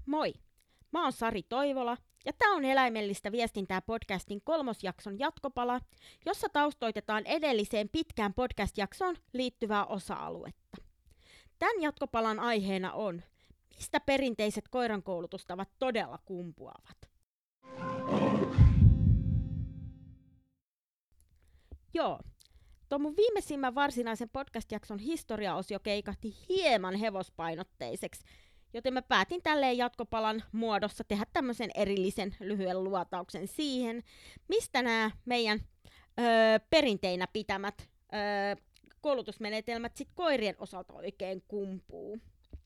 Moi! Mä oon Sari Toivola ja tää on Eläimellistä viestintää podcastin 3. jakson jatkopala, jossa taustoitetaan edelliseen pitkään podcast-jaksoon liittyvää osa-aluetta. Tän jatkopalan aiheena on, mistä perinteiset koirankoulutustavat todella kumpuavat. Joo, tuon mun viimeisimmän varsinaisen podcast-jakson historiaosio keikahti hieman hevospainotteiseksi, joten mä päätin tälleen jatkopalan muodossa tehdä tämmöisen erillisen lyhyen luotauksen siihen, mistä nämä meidän perinteinä pitämät koulutusmenetelmät sit koirien osalta oikein kumpuu.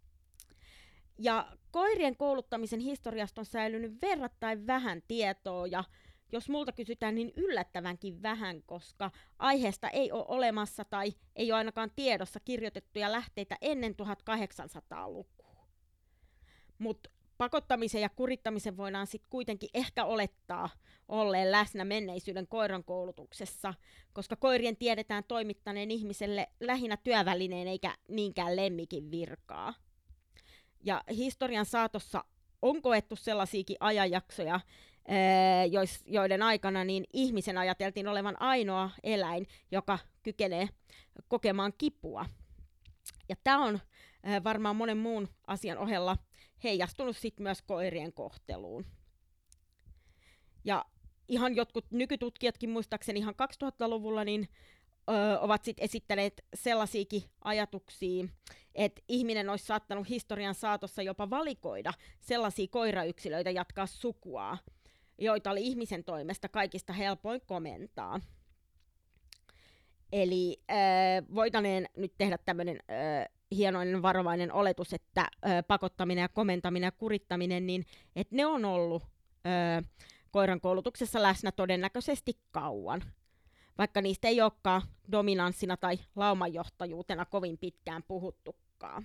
Ja koirien kouluttamisen historiasta on säilynyt verrattain vähän tietoa, ja jos multa kysytään, niin yllättävänkin vähän, koska aiheesta ei ole olemassa tai ei ole ainakaan tiedossa kirjoitettuja lähteitä ennen 1800-lukua. Mutta pakottamisen ja kurittamisen voidaan sitten kuitenkin ehkä olettaa olleen läsnä menneisyyden koiran koulutuksessa, koska koirien tiedetään toimittaneen ihmiselle lähinnä työvälineen eikä niinkään lemmikin virkaa. Ja historian saatossa on koettu sellaisiakin ajanjaksoja, joiden aikana niin ihmisen ajateltiin olevan ainoa eläin, joka kykenee kokemaan kipua. Ja tämä on varmaan monen muun asian ohella heijastunut sit myös koirien kohteluun. Ja ihan jotkut nykytutkijatkin muistaakseni ihan 2000-luvulla niin ovat sit esittäneet sellaisiakin ajatuksia, että ihminen olisi saattanut historian saatossa jopa valikoida sellaisia koirayksilöitä jatkaa sukua, joita oli ihmisen toimesta kaikista helpoin komentaa. Eli voitaneen nyt tehdä tämmöinen hienoinen varovainen oletus, että pakottaminen ja komentaminen ja kurittaminen, niin että ne on ollut koiran koulutuksessa läsnä todennäköisesti kauan, vaikka niistä ei olekaan dominanssina tai laumanjohtajuutena kovin pitkään puhuttukaan.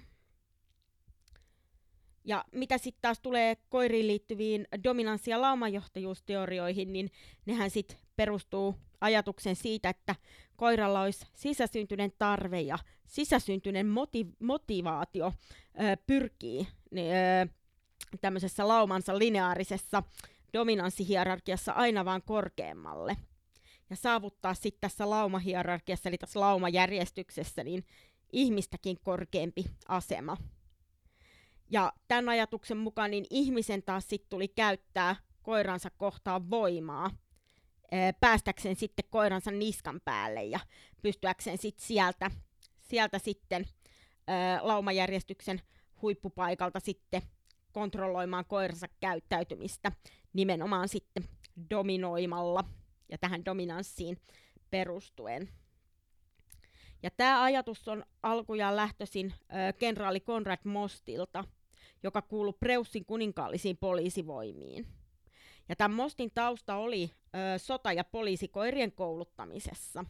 Ja mitä sitten taas tulee koiriin liittyviin dominanssi- ja laumanjohtajuusteorioihin, niin nehän sitten perustuu ajatuksen siitä, että koiralla olisi sisäsyntyinen tarve ja sisäsyntyinen motivaatio pyrkii tämmöisessä laumansa lineaarisessa dominanssihierarkiassa aina vaan korkeammalle. Ja saavuttaa sitten tässä laumahierarkiassa, eli tässä laumajärjestyksessä, niin ihmistäkin korkeampi asema. Ja tämän ajatuksen mukaan niin ihmisen taas sitten tuli käyttää koiransa kohtaan voimaa, päästäkseen sitten koiransa niskan päälle ja pystyäkseen sitten sieltä sitten laumajärjestyksen huippupaikalta sitten kontrolloimaan koiransa käyttäytymistä nimenomaan sitten dominoimalla ja tähän dominanssiin perustuen. Ja tämä ajatus on alkujaan lähtöisin kenraali Konrad Mostilta, joka kuului Preussin kuninkaallisiin poliisivoimiin. Ja tämän Mostin tausta oli sota- ja poliisikoirien kouluttamisessa.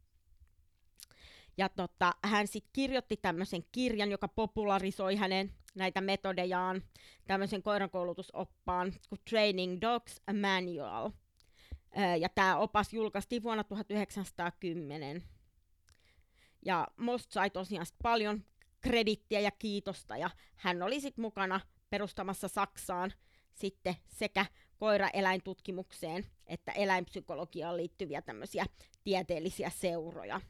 Ja hän sitten kirjoitti tämmöisen kirjan, joka popularisoi hänen näitä metodejaan, tämmöisen koirankoulutusoppaan kuin Training Dogs Manual. Ja tämä opas julkaistiin vuonna 1910. Ja Most sai tosiaan paljon kredittiä ja kiitosta, ja hän oli sitten mukana perustamassa Saksaan sitten sekä koira-eläintutkimukseen että eläinpsykologiaan liittyviä tämmöisiä tieteellisiä seuroja.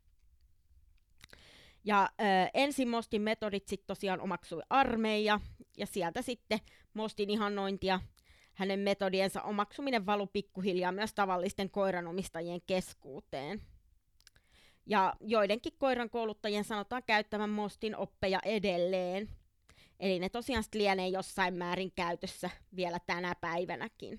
Ja ensin Mostin metodit sitten tosiaan omaksui armeija, ja sieltä sitten Mostin ihannointi ja hänen metodiensa omaksuminen valui pikkuhiljaa myös tavallisten koiranomistajien keskuuteen. Ja joidenkin koiran kouluttajien sanotaan käyttävän Mostin oppeja edelleen. Eli ne tosiaan lienee jossain määrin käytössä vielä tänä päivänäkin.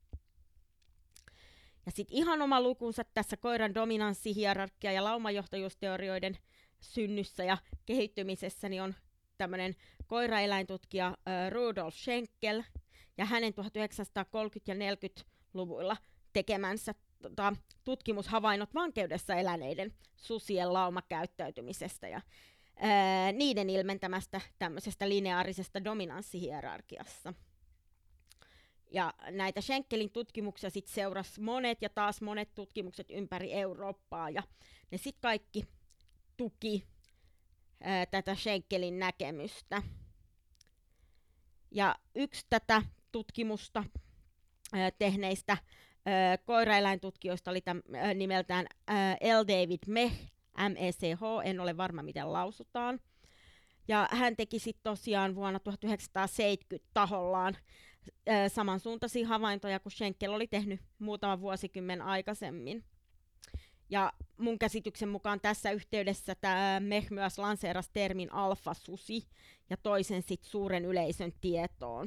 Ja sitten ihan oma lukunsa tässä koiran dominanssihierarkia ja laumajohtajuusteorioiden synnyssä ja kehittymisessä niin on tämmöinen koiraeläintutkija Rudolf Schenkel ja hänen 1930- ja 40-luvuilla tekemänsä tutkimushavainnot vankeudessa eläneiden susien laumakäyttäytymisestä ja niiden ilmentämästä tämmöisestä lineaarisesta dominanssihierarkiassa. Ja näitä Schenkelin tutkimuksia sitten seurasi monet ja taas monet tutkimukset ympäri Eurooppaa, ja ne sitten kaikki tuki tätä Schenkelin näkemystä. Ja yksi tätä tutkimusta tehneistä koiraeläintutkijoista oli nimeltään L. David Mech, MECH, en ole varma miten lausutaan. Ja hän teki sitten tosiaan vuonna 1970 tahollaan samansuuntaisia havaintoja kuin Schenkel oli tehnyt muutama vuosikymmen aikaisemmin. Ja mun käsityksen mukaan tässä yhteydessä tämä Mech myös lanseerasi termin alfasusi ja toisen sitten suuren yleisön tietoon.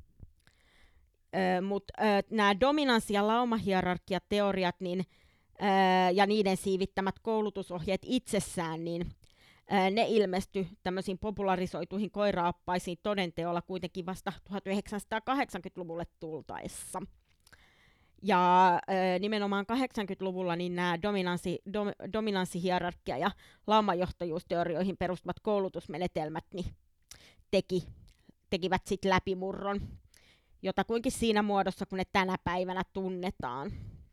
Mutta nämä dominanssi- ja laumahierarkiateoriat ja niiden siivittämät koulutusohjeet itsessään, niin ne ilmestyi tämmöisiin popularisoituihin koiraoppaisiin todenteolla kuitenkin vasta 1980-luvulle tultaessa. Ja nimenomaan 80-luvulla niin nämä dominanssihierarkia- ja laumajohtajuusteorioihin perustuvat koulutusmenetelmät niin tekivät sitten läpimurron, jotakuinkin siinä muodossa, kun ne tänä päivänä tunnetaan.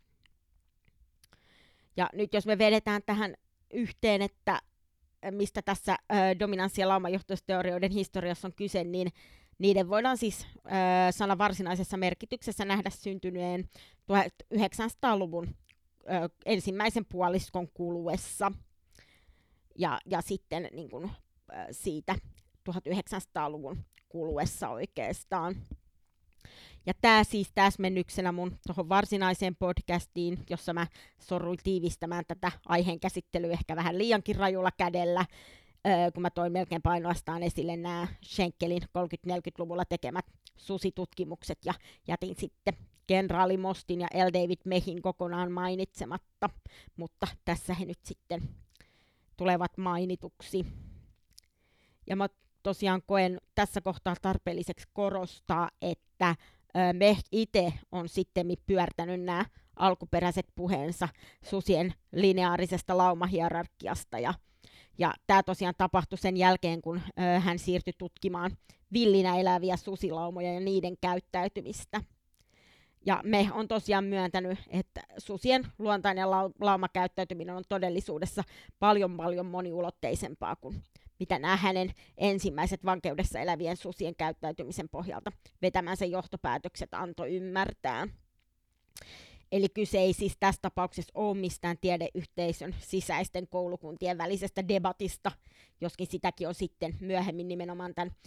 Ja nyt jos me vedetään tähän yhteen, että mistä tässä dominanssi- ja laumajohtajuusteorioiden historiassa on kyse, niin niiden voidaan siis sanan varsinaisessa merkityksessä nähdä syntyneen 1900-luvun ensimmäisen puoliskon kuluessa ja sitten niin kun, siitä 1900-luvun kuluessa oikeastaan. Ja tämä siis täsmennyksenä mun tuohon varsinaiseen podcastiin, jossa mä sorruin tiivistämään tätä aiheen käsittelyä ehkä vähän liiankin rajulla kädellä, kun mä toin melkein painoastaan esille nämä Schenkelin 30-40-luvulla tekemät susitutkimukset ja jätin sitten kenraali Mostin ja L. David Mechin kokonaan mainitsematta, mutta tässä he nyt sitten tulevat mainituksi. Ja mä tosiaan koen tässä kohtaa tarpeelliseksi korostaa, että Mech itse on sitten pyörtänyt nämä alkuperäiset puheensa susien lineaarisesta laumahierarkiasta. Ja tämä tosiaan tapahtui sen jälkeen, kun hän siirtyi tutkimaan villinä eläviä susilaumoja ja niiden käyttäytymistä. Ja Mech on tosiaan myöntänyt, että susien luontainen laumakäyttäytyminen on todellisuudessa paljon moniulotteisempaa kuin mitä nämä hänen ensimmäiset vankeudessa elävien susien käyttäytymisen pohjalta vetämänsä johtopäätökset antoi ymmärtää. Eli kyse ei siis tässä tapauksessa ole mistään tiedeyhteisön sisäisten koulukuntien välisestä debatista, joskin sitäkin on sitten myöhemmin nimenomaan tämän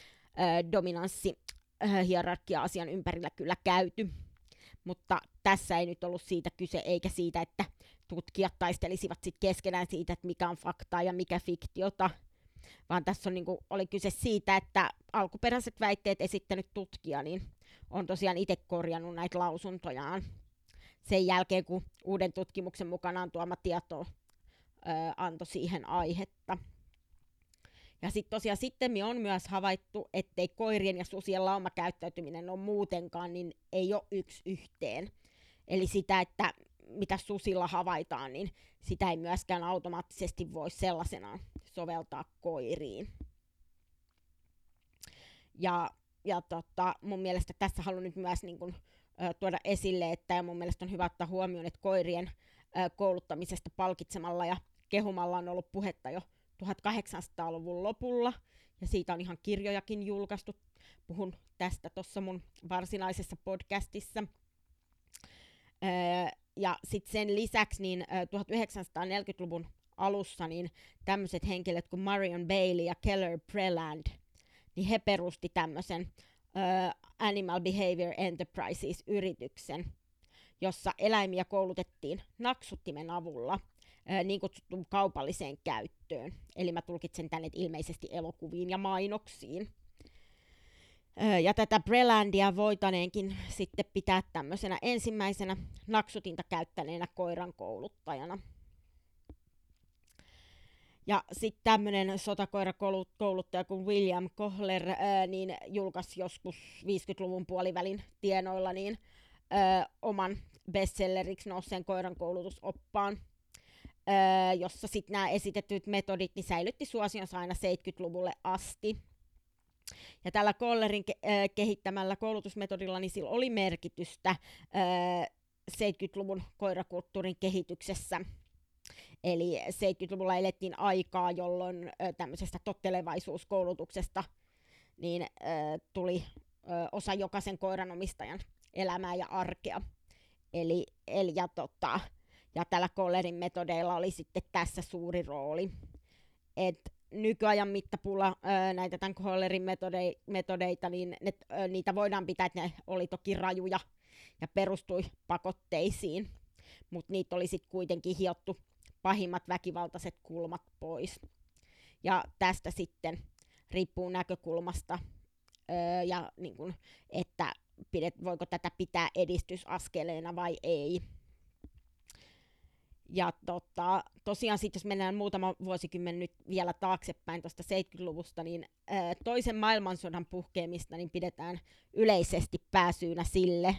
dominanssi-hierarkia-asian ympärillä kyllä käyty. Mutta tässä ei nyt ollut siitä kyse, eikä siitä, että tutkijat taistelisivat sit keskenään siitä, että mikä on faktaa ja mikä fiktiota, vaan tässä on, oli kyse siitä, että alkuperäiset väitteet esittänyt tutkija niin on tosiaan itse korjannut näitä lausuntojaan sen jälkeen, kun uuden tutkimuksen mukanaan tuoma tieto antoi siihen aihetta. Ja sitten tosiaan sitten on myös havaittu, ettei koirien ja susien laumakäyttäytyminen ole muutenkaan, niin ei ole yksi yhteen. Eli sitä, että mitä susilla havaitaan, niin sitä ei myöskään automaattisesti voi sellaisenaan soveltaa koiriin. Ja mun mielestä tässä haluan nyt myös tuoda esille, että ja mun mielestä on hyvä ottaa huomioon, että koirien kouluttamisesta palkitsemalla ja kehumalla on ollut puhetta jo 1800-luvun lopulla, ja siitä on ihan kirjojakin julkaistu. Puhun tästä tuossa mun varsinaisessa podcastissa. Ja sitten sen lisäksi niin 1940-luvun alussa niin tämmöiset henkilöt kuin Marion Bailey ja Keller Preland, niin he perusti tämmöisen Animal Behavior Enterprises-yrityksen, jossa eläimiä koulutettiin naksuttimen avulla niin kutsuttuun kaupalliseen käyttöön. Eli mä tulkitsen tänne ilmeisesti elokuviin ja mainoksiin. Ja tätä Prelandia voitaneenkin sitten pitää tämmöisenä ensimmäisenä naksutinta käyttäneenä koiran kouluttajana. Ja sitten tämmöinen sotakoirakouluttaja kuin William Kohler niin julkaisi joskus 50-luvun puolivälin tienoilla niin, oman bestselleriksi nousseen koiran koulutusoppaan, jossa sitten nämä esitetyt metodit niin säilytti suosionsa aina 70-luvulle asti. Ja tällä Kohlerin kehittämällä koulutusmetodilla niin sillä oli merkitystä 70-luvun koirakulttuurin kehityksessä. Eli 70-luvulla elettiin aikaa, jolloin tämmöisestä tottelevaisuuskoulutuksesta niin, tuli osa jokaisen koiranomistajan elämää ja arkea. Ja tällä Collerin metodeilla oli sitten tässä suuri rooli. Et nykyajan mittapuulla näitä tämän Collerin metodeita, niin niitä voidaan pitää, että ne oli toki rajuja ja perustui pakotteisiin, mutta niitä oli sitten kuitenkin hiottu pahimmat väkivaltaiset kulmat pois. Ja tästä sitten riippuu näkökulmasta, ja niin kun, että voiko tätä pitää edistysaskeleena vai ei. Ja tosiaan sitten jos mennään muutama vuosikymmen nyt vielä taaksepäin tuosta 70-luvusta, niin toisen maailmansodan puhkeamista niin pidetään yleisesti pääsyynä sille,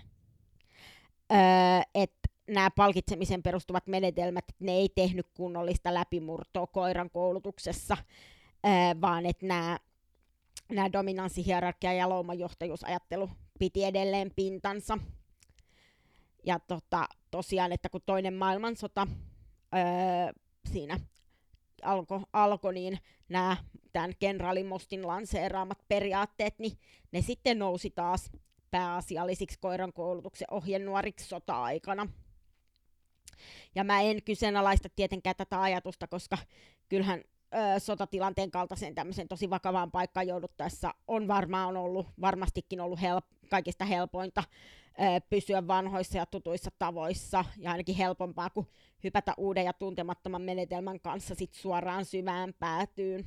että nämä palkitsemiseen perustuvat menetelmät, ne ei tehnyt kunnollista läpimurtoa koiran koulutuksessa, vaan että nämä dominanssihierarkia ja laumajohtajuusajattelu piti edelleen pintansa. Ja tosiaan, että kun toinen maailmansota siinä alkoi, niin tämän kenraali Mostin lanseeraamat periaatteet, niin ne sitten nousi taas pääasiallisiksi koiran koulutuksen ohjenuoriksi sota-aikana. Ja mä en kyseenalaista tietenkään tätä ajatusta, koska kyllähän sotatilanteen kaltaiseen tämmöiseen tosi vakavaan paikkaan jouduttaessa on varmastikin ollut kaikista helpointa pysyä vanhoissa ja tutuissa tavoissa, ja ainakin helpompaa kuin hypätä uuden ja tuntemattoman menetelmän kanssa sit suoraan syvään päätyyn.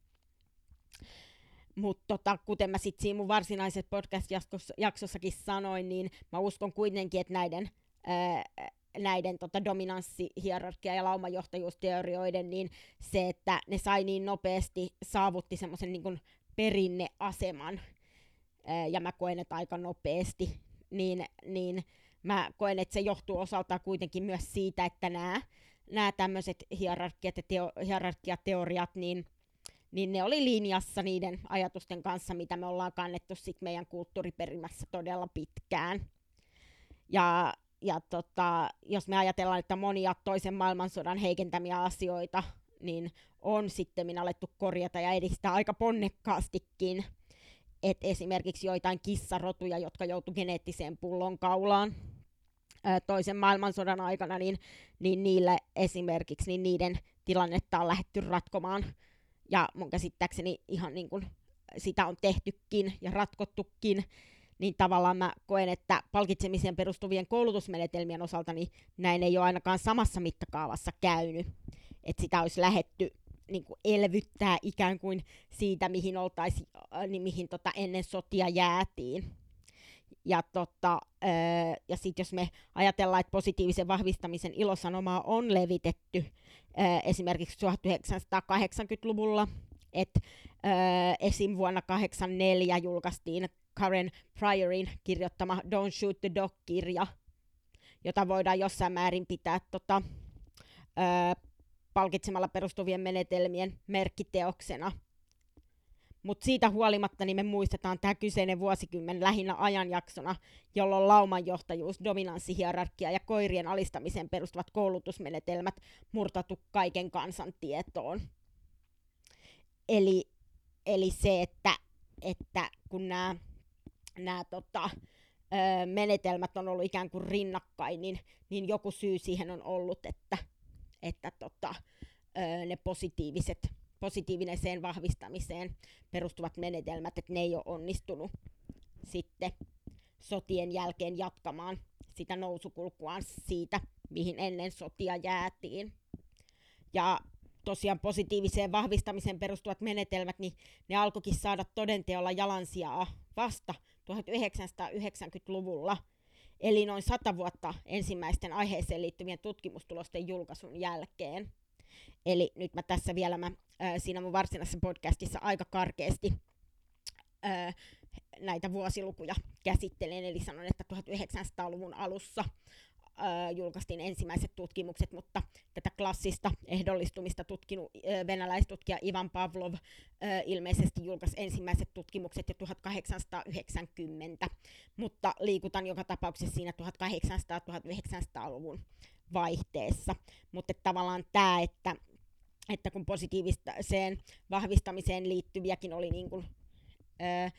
Mutta kuten mä sitten siinä mun varsinaisessa podcast-jaksossakin sanoin, niin mä uskon kuitenkin, että näiden dominanssihierarkia- ja laumajohtajuusteorioiden, niin se, että ne sai niin nopeasti, saavutti semmoisen niin kuin perinneaseman, ja mä koen, että aika nopeasti, niin mä koen, että se johtuu osaltaan kuitenkin myös siitä, että nämä tämmöiset hierarkiateoriat, niin ne oli linjassa niiden ajatusten kanssa, mitä me ollaan kannettu sit meidän kulttuuriperimässä todella pitkään. Ja jos me ajatellaan, että monia toisen maailmansodan heikentämiä asioita, niin on sitten alettu korjata ja edistää aika ponnekkaastikin. Et esimerkiksi joitain kissarotuja, jotka joutu geneettiseen pullonkaulaan toisen maailmansodan aikana, niin niille esimerkiksi niin niiden tilannetta on lähdetty ratkomaan. Ja mun käsittääkseni ihan niin kuin sitä on tehtykin ja ratkottukin, niin tavallaan mä koen, että palkitsemiseen perustuvien koulutusmenetelmien osalta niin näin ei ole ainakaan samassa mittakaavassa käynyt. Että sitä olisi lähdetty niin kuin elvyttää ikään kuin siitä, mihin ennen sotia jäätiin. Ja sitten jos me ajatellaan, että positiivisen vahvistamisen ilosanomaa on levitetty esimerkiksi 1980-luvulla, että esim. Vuonna 1984 julkaistiin Karen Pryorin kirjoittama Don't Shoot the Dog-kirja, jota voidaan jossain määrin pitää palkitsemalla perustuvien menetelmien merkkiteoksena. Mutta siitä huolimatta niin me muistetaan tämä kyseinen vuosikymmen lähinnä ajanjaksona, jolloin laumanjohtajuus, dominanssihierarkia ja koirien alistamiseen perustuvat koulutusmenetelmät murtautu kaiken kansan tietoon. Eli se, että kun nämä menetelmät on ollut ikään kuin rinnakkain, niin joku syy siihen on ollut, että ne positiiviseen vahvistamiseen perustuvat menetelmät, että ne ei ole onnistunut sitten sotien jälkeen jatkamaan sitä nousukulkuaan siitä, mihin ennen sotia jäätiin. Ja tosiaan positiiviseen vahvistamiseen perustuvat menetelmät, niin ne alkoikin saada todenteolla jalansijaa vasta 1990-luvulla, eli noin 100 vuotta ensimmäisten aiheeseen liittyvien tutkimustulosten julkaisun jälkeen. Eli nyt mä tässä vielä siinä mun varsinaisessa podcastissa aika karkeasti näitä vuosilukuja käsittelen, eli sanon, että 1900-luvun alussa julkaistiin ensimmäiset tutkimukset, mutta tätä klassista ehdollistumista tutkinut venäläistutkija Ivan Pavlov ilmeisesti julkaisi ensimmäiset tutkimukset jo 1890, mutta liikutan joka tapauksessa siinä 1800-1900-luvun vaihteessa. Mutta tavallaan tämä, että kun positiiviseen vahvistamiseen liittyviäkin oli niin kuin,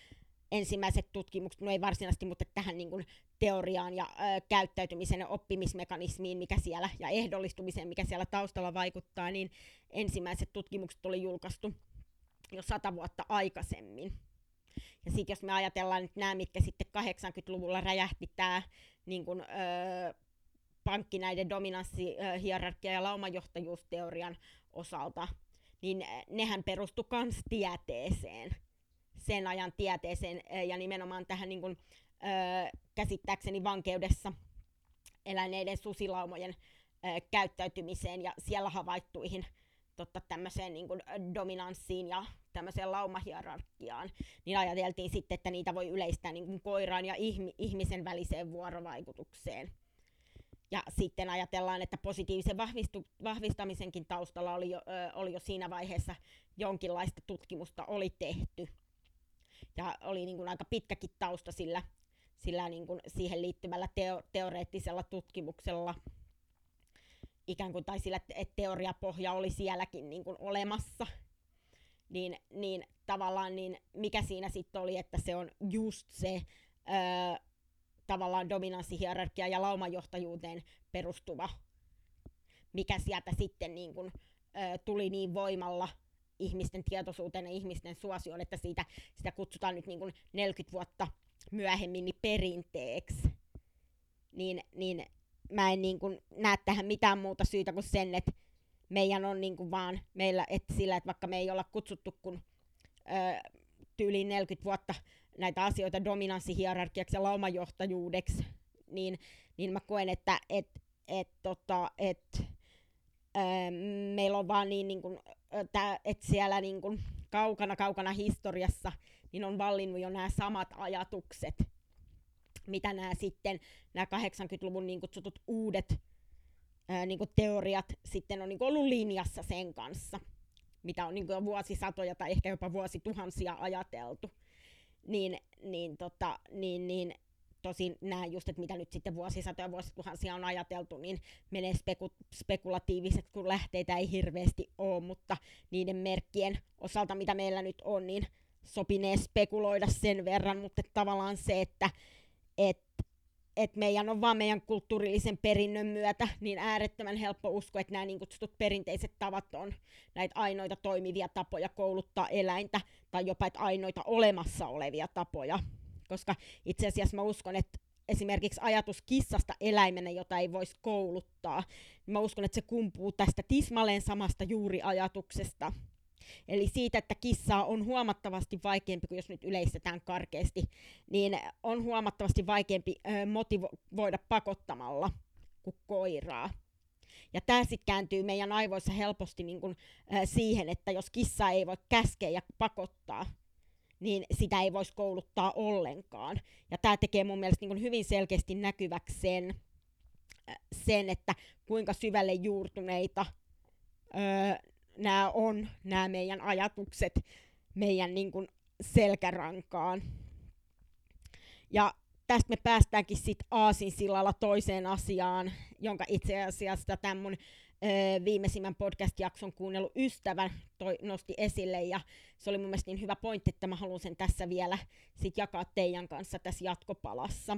ensimmäiset tutkimukset, no ei varsinaisesti, mutta tähän niin kuin teoriaan ja käyttäytymisen ja oppimismekanismiin, mikä siellä, ja ehdollistumiseen, mikä siellä taustalla vaikuttaa, niin ensimmäiset tutkimukset oli julkaistu jo 100 vuotta aikaisemmin. Ja sitten jos me ajatellaan nyt nämä, mitkä sitten 80-luvulla räjähti tämä niin kun, pankki näiden dominanssihierarkia- ja laumajohtajuusteorian osalta, niin nehän perustu kans tieteeseen, sen ajan tieteeseen, ja nimenomaan tähän niin kun, käsittääkseni vankeudessa eläneiden susilaumojen käyttäytymiseen ja siellä havaittuihin tämmöiseen niin kuin dominanssiin ja tämmöiseen laumahierarkiaan, niin ajateltiin sitten, että niitä voi yleistää niin kuin koiraan ja ihmisen väliseen vuorovaikutukseen. Ja sitten ajatellaan, että positiivisen vahvistamisenkin taustalla oli jo siinä vaiheessa jonkinlaista tutkimusta oli tehty. Ja oli niin kuin aika pitkäkin tausta sillä niin kuin siihen liittyvällä teoreettisella tutkimuksella, ikään kuin, tai sillä, että teoriapohja oli sielläkin niin kuin olemassa, niin tavallaan niin mikä siinä sitten oli, että se on just se tavallaan dominanssihierarkia ja laumajohtajuuteen perustuva, mikä sieltä sitten niin kuin, tuli niin voimalla ihmisten tietoisuuteen ja ihmisten suosioon, että sitä kutsutaan nyt niin kuin 40 vuotta myöhemmin niin perinteeksi, niin mä en niin kuin näe tähän mitään muuta syytä kuin sen, että meidän on niin kuin vaan meillä, että sillä, että vaikka me ei olla kutsuttu kun tyyliin 40 vuotta näitä asioita dominanssihierarkiaksi ja laumajohtajuudeksi, niin mä koen, että meillä on vaan niin kuin, että siellä niin kuin kaukana historiassa niin on vallinnut jo nämä samat ajatukset, mitä nämä 80-luvun niin kutsutut uudet niin kuin teoriat sitten on niin kuin ollut linjassa sen kanssa, mitä on niin kuin jo vuosisatoja tai ehkä jopa vuosituhansia ajateltu. Tosin nämä just, että mitä nyt sitten vuosisatoja vuosituhansia on ajateltu, niin menee spekulatiiviseksi, kun lähteitä ei hirveästi ole, mutta niiden merkkien osalta, mitä meillä nyt on, niin sopinee spekuloida sen verran, mutta tavallaan se, että meidän on vaan meidän kulttuurillisen perinnön myötä niin äärettömän helppo uskoa, että nämä niin kutsutut perinteiset tavat on näitä ainoita toimivia tapoja kouluttaa eläintä, tai jopa että ainoita olemassa olevia tapoja. Koska itse asiassa mä uskon, että esimerkiksi ajatus kissasta eläimenä, jota ei voisi kouluttaa, niin mä uskon, että se kumpuu tästä tismalleen samasta juuriajatuksesta. Eli siitä, että kissaa on huomattavasti vaikeampi, kuin jos nyt yleistetään karkeasti, niin on huomattavasti vaikeampi motivoida pakottamalla kuin koiraa. Ja tämä sitten kääntyy meidän aivoissa helposti niin kun, siihen, että jos kissaa ei voi käskeä ja pakottaa, niin sitä ei voisi kouluttaa ollenkaan. Ja tämä tekee mun mielestä niin kun hyvin selkeästi näkyväksi sen, että kuinka syvälle juurtuneita nämä meidän ajatukset meidän niin kuin selkärankaan. Ja tästä me päästäänkin sitten aasinsillalla toiseen asiaan, jonka itse asiassa tämän mun viimeisimmän podcast-jakson kuunnellut ystävä nosti esille, ja se oli mun mielestä niin hyvä pointti, että mä haluan sen tässä vielä sit jakaa teidän kanssa tässä jatkopalassa.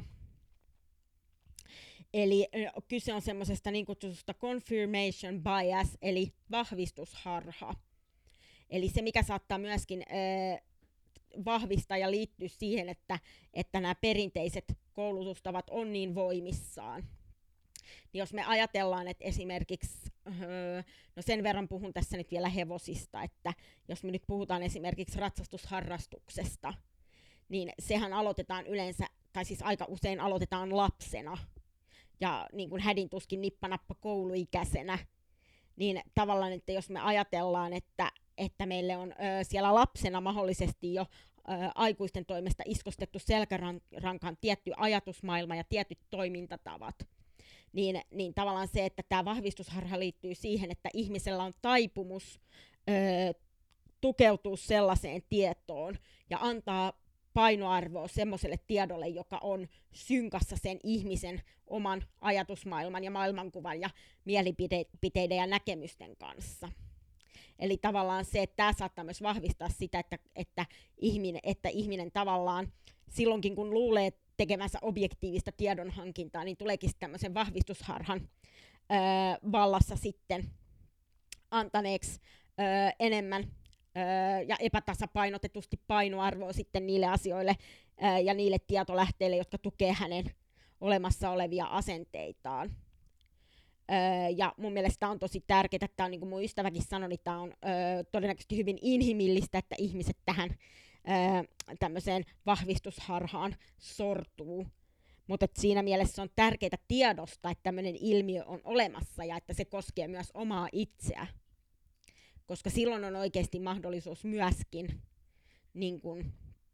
Eli kyse on semmoisesta niin kutsutusta confirmation bias, eli vahvistusharha. Eli se, mikä saattaa myöskin vahvistaa ja liittyä siihen, että nämä perinteiset koulutustavat on niin voimissaan. Niin jos me ajatellaan, että esimerkiksi, no sen verran puhun tässä nyt vielä hevosista, että jos me nyt puhutaan esimerkiksi ratsastusharrastuksesta, niin sehän aloitetaan yleensä, tai siis aika usein aloitetaan lapsena, ja niin kuin hädintuskin nippanappa kouluikäisenä, niin tavallaan, että jos me ajatellaan, että meille on siellä lapsena mahdollisesti jo aikuisten toimesta iskostettu selkärankaan tietty ajatusmaailma ja tietyt toimintatavat, niin tavallaan se, että tämä vahvistusharha liittyy siihen, että ihmisellä on taipumus tukeutua sellaiseen tietoon ja antaa painoarvoa semmoiselle tiedolle, joka on synkassa sen ihmisen oman ajatusmaailman ja maailmankuvan ja mielipiteiden ja näkemysten kanssa. Eli tavallaan se, että tämä saattaa myös vahvistaa sitä, että ihminen tavallaan silloinkin kun luulee tekemänsä objektiivista tiedonhankintaa, niin tuleekin tämmöisen vahvistusharhan vallassa sitten antaneeksi enemmän ja epätasapainotetusti painoarvoa sitten niille asioille ja niille tietolähteille, jotka tukee hänen olemassa olevia asenteitaan. Ja mun mielestä on tosi tärkeää, että on, niin kuin mun ystäväkin sanoi, niin tämä on todennäköisesti hyvin inhimillistä, että ihmiset tähän tämmöiseen vahvistusharhaan sortuu. Mutta siinä mielessä on tärkeää tiedostaa, että tämmöinen ilmiö on olemassa ja että se koskee myös omaa itseä. Koska silloin on oikeasti mahdollisuus myöskin niin kun,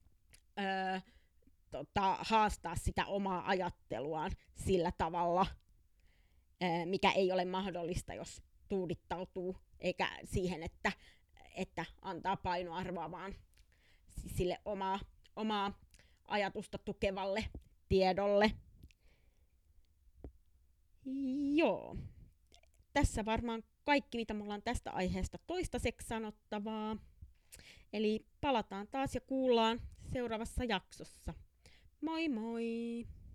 haastaa sitä omaa ajatteluaan sillä tavalla, mikä ei ole mahdollista, jos tuudittautuu, eikä siihen, että antaa painoarvoa vaan sille omaa ajatusta tukevalle tiedolle. Joo. Tässä varmaan kaikki, mitä mulla on tästä aiheesta toistaiseksi sanottavaa. Eli palataan taas ja kuullaan seuraavassa jaksossa. Moi moi!